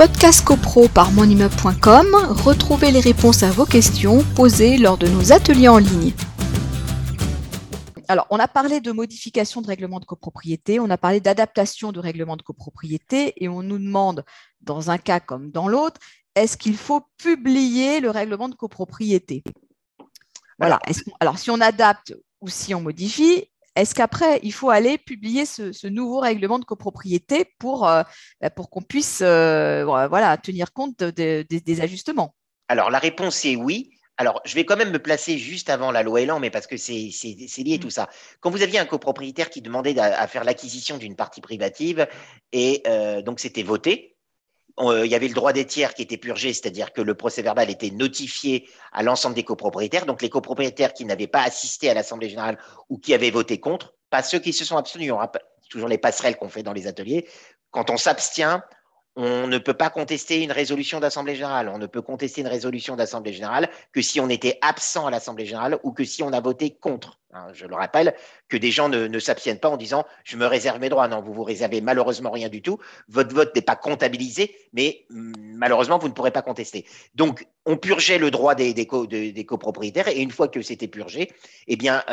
Podcast CoPro par monimmeuble.com, retrouvez les réponses à vos questions posées lors de nos ateliers en ligne. Alors, on a parlé de modification de règlement de copropriété, on a parlé d'adaptation de règlement de copropriété et on nous demande, dans un cas comme dans l'autre, est-ce qu'il faut publier le règlement de copropriété ? Voilà. Alors, si on adapte ou si on modifie, est-ce qu'après, il faut aller publier ce nouveau règlement de copropriété pour qu'on puisse tenir compte des ajustements ? Alors, la réponse est oui. Alors, je vais quand même me placer juste avant la loi Elan, mais parce que c'est lié tout ça. Quand vous aviez un copropriétaire qui demandait à faire l'acquisition d'une partie privative, et donc c'était voté, il y avait le droit des tiers qui était purgé, c'est-à-dire que le procès-verbal était notifié à l'ensemble des copropriétaires. Donc, les copropriétaires qui n'avaient pas assisté à l'Assemblée générale ou qui avaient voté contre, pas ceux qui se sont abstenus, on rappelle toujours les passerelles qu'on fait dans les ateliers. Quand on s'abstient, on ne peut pas contester une résolution d'Assemblée générale. On ne peut contester une résolution d'Assemblée générale que si on était absent à l'Assemblée générale ou que si on a voté contre. Je le rappelle, que des gens ne s'abstiennent pas en disant « je me réserve mes droits ». Non, vous vous réservez malheureusement rien du tout. Votre vote n'est pas comptabilisé, mais malheureusement, vous ne pourrez pas contester. Donc, on purgeait le droit des copropriétaires et une fois que c'était purgé, eh bien,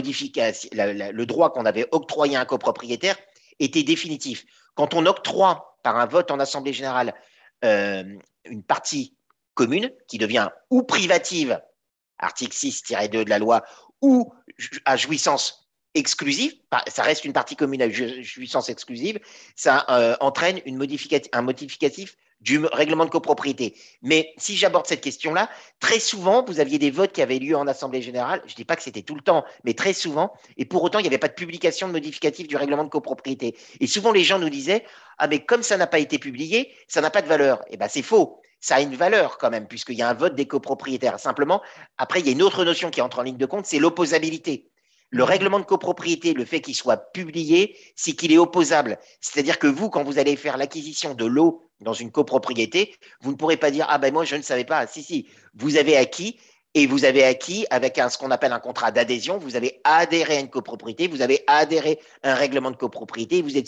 le droit qu'on avait octroyé à un copropriétaire était définitif. Quand on octroie par un vote en Assemblée générale une partie commune qui devient ou privative, article 6-2 de la loi, ou à jouissance exclusive, ça reste une partie commune à jouissance exclusive, ça entraîne un modificatif du règlement de copropriété. Mais si j'aborde cette question-là, très souvent, vous aviez des votes qui avaient lieu en Assemblée générale, je ne dis pas que c'était tout le temps, mais très souvent, et pour autant, il n'y avait pas de publication de modificatif du règlement de copropriété. Et souvent, les gens nous disaient « Ah, mais comme ça n'a pas été publié, ça n'a pas de valeur. » Eh bien, c'est faux. Ça a une valeur quand même, puisqu'il y a un vote des copropriétaires. Simplement, après, il y a une autre notion qui entre en ligne de compte, c'est l'opposabilité. Le règlement de copropriété, le fait qu'il soit publié, c'est qu'il est opposable. C'est-à-dire que vous, quand vous allez faire l'acquisition de l'eau dans une copropriété, vous ne pourrez pas dire « Ah ben moi, je ne savais pas. » Si, vous avez acquis, et vous avez acquis avec ce qu'on appelle un contrat d'adhésion, vous avez adhéré à une copropriété, vous avez adhéré à un règlement de copropriété, vous êtes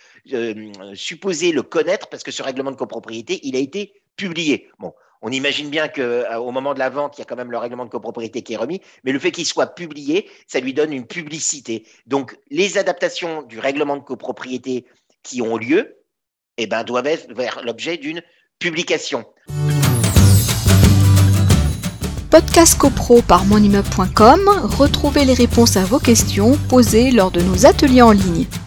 supposé le connaître parce que ce règlement de copropriété, il a été publié. Bon, on imagine bien qu'au moment de la vente, il y a quand même le règlement de copropriété qui est remis, mais le fait qu'il soit publié, ça lui donne une publicité. Donc, les adaptations du règlement de copropriété qui ont lieu, doivent faire l'objet d'une publication. Podcast CoPro par monimmeuble.com, retrouvez les réponses à vos questions posées lors de nos ateliers en ligne.